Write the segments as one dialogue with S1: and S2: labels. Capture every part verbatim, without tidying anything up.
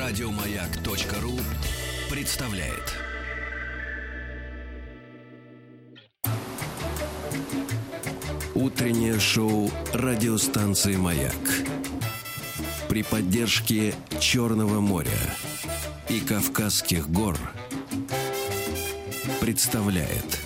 S1: Радиомаяк.ру представляет. Утреннее шоу радиостанции «Маяк» при поддержке Черного моря и Кавказских гор представляет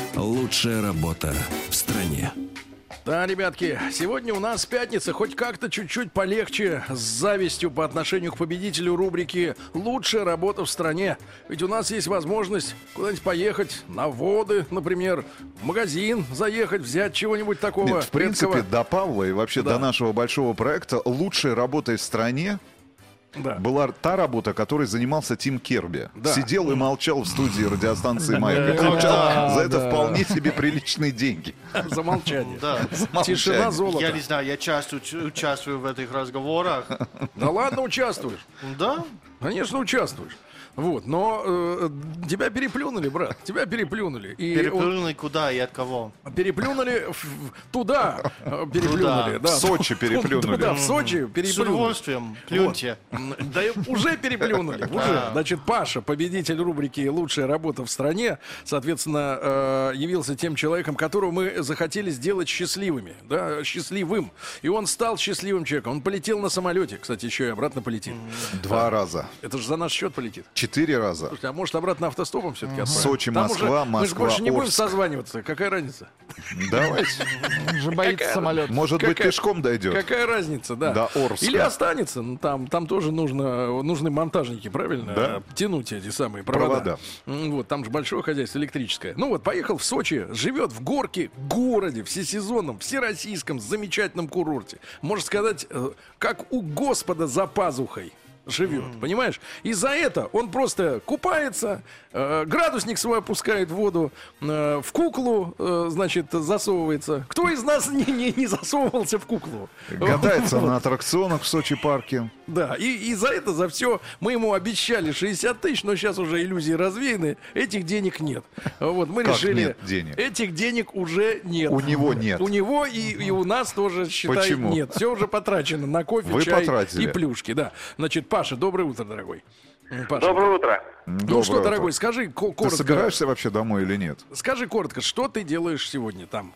S1: лучшая работа в стране.
S2: Да, ребятки, сегодня у нас пятница, хоть как-то чуть-чуть полегче с завистью по отношению к победителю рубрики «Лучшая работа в стране». Ведь у нас есть возможность куда-нибудь поехать, на воды, например, в магазин заехать, взять чего-нибудь такого.
S3: Нет, в принципе,
S2: редкого.
S3: до Павла и вообще
S2: Да.
S3: до нашего большого проекта лучшей работой в стране
S2: Да.
S3: была та работа, которой занимался Тим Керби.
S2: Да.
S3: Сидел и молчал в студии радиостанции «Маяк». И
S2: Да,
S3: получал
S2: да,
S3: за это
S2: да.
S3: вполне себе приличные деньги.
S2: За молчание.
S4: Да.
S2: Тишина, золото.
S4: Я не знаю, я часто уч- участвую в этих разговорах.
S2: Да ладно, участвуешь.
S4: Да?
S2: Конечно, участвуешь. Вот, но э, тебя переплюнули, брат, тебя переплюнули. И он-
S4: Переплюнули куда и от кого?
S2: переплюнули в- в- туда, э, переплюнули.
S4: Туда.
S2: Да.
S3: В Сочи переплюнули.
S2: Да, в Сочи
S4: С
S2: переплюнули.
S4: удовольствием. Плюньте.
S2: Да и уже переплюнули, уже. Значит, Паша, победитель рубрики «Лучшая работа в стране», соответственно, э, явился тем человеком, которого мы захотели сделать счастливыми, да, счастливым. И он стал счастливым человеком. Он полетел на самолете, кстати, еще и обратно полетит.
S3: Два раза.
S2: Это же за наш счет полетит.
S3: Четыре раза.
S2: Слушайте, а может обратно автостопом все-таки отправим?
S3: Сочи,
S2: Там
S3: Москва,
S2: уже, Мы же
S3: Москва,
S2: больше не будем
S3: Орск.
S2: созваниваться. Какая разница?
S3: Давайте.
S5: Уже боится
S2: Какая-
S5: самолет.
S3: Может быть,
S2: Какая-
S3: пешком дойдет.
S2: Какая разница, да.
S3: До Орска.
S2: Или останется. Ну, там, там тоже нужно, нужны монтажники, правильно?
S3: Да.
S2: Тянуть эти самые провода.
S3: Провода.
S2: М, Вот, там же большое хозяйство электрическое. Ну вот, поехал в Сочи, живет в горке, городе, всесезонном, всероссийском, замечательном курорте. Можно сказать, э, как у Господа за пазухой живет, понимаешь? И за это он просто купается, э, градусник свой опускает в воду, э, в куклу, э, значит, засовывается. Кто из нас не, не, не засовывался в куклу?
S3: Катается
S2: Вот.
S3: на аттракционах в Сочи парке.
S2: Да, и, и за это, за все мы ему обещали шестьдесят тысяч, но сейчас уже иллюзии развеяны, этих денег нет. Вот, мы
S3: Как
S2: решили...
S3: нет денег?
S2: Этих денег уже нет.
S3: У него нет.
S2: У него и, и у нас тоже, считай,
S3: Почему?
S2: нет. Все уже потрачено на кофе,
S3: Вы
S2: чай
S3: потратили.
S2: и плюшки, да. Значит, Паша, доброе утро, дорогой. Паша.
S6: Доброе утро.
S2: Ну
S3: Доброе
S2: что,
S3: утро.
S2: дорогой, скажи ко-
S3: Ты
S2: коротко.
S3: собираешься вообще домой или нет?
S2: Скажи коротко, что ты делаешь сегодня там?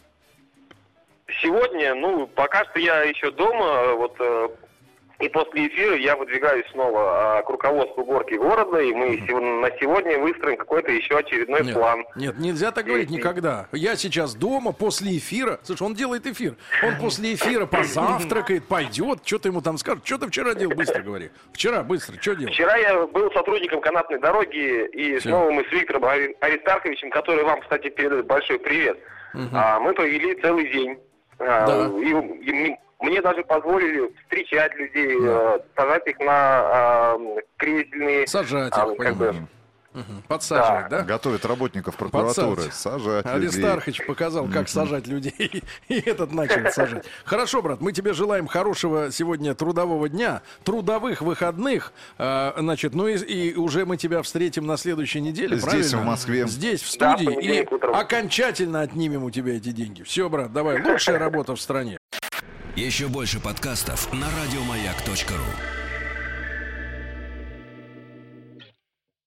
S6: Сегодня, ну, пока что я еще дома, вот, э, и после эфира я выдвигаюсь снова э, к руководству горки города, и мы сего- на сегодня выстроим какой-то еще очередной
S2: Нет,
S6: план.
S2: нет, нельзя так говорить
S6: И- и-
S2: никогда. Я сейчас дома, после эфира. Слушай, он делает эфир. Он после эфира позавтракает, пойдет. Что ты ему там скажешь? Что ты вчера делал? Быстро говори. Вчера, быстро, что делал?
S6: Вчера я был сотрудником канатной дороги, и
S2: Всё.
S6: снова мы с Виктором Ари- Аристарховичем, который вам, кстати, передает большой привет, а, мы провели целый день. А,
S2: Да.
S6: и, и м- мне даже позволили встречать людей, э, сажать их на а, кресельные...
S2: Сажать
S6: а,
S2: их,
S6: как бы,
S2: понимаешь. Мгм. Подсаживать, да?
S3: Готовят работников прокуратуры.
S2: Подсадить.
S3: Сажать людей.
S2: Аристархович показал, как сажать людей. И этот начал сажать. Хорошо, брат, мы тебе желаем хорошего сегодня трудового дня, трудовых выходных. А, значит, ну и, и уже мы тебя встретим на следующей неделе,
S3: Здесь,
S2: правильно?
S3: в Москве.
S2: Здесь, в
S6: Да, в
S2: студии. И
S6: понедельник утром.
S2: окончательно отнимем у тебя эти деньги. Все, брат, давай. Лучшая работа в стране.
S1: Еще больше подкастов на радиомаяк точка ру.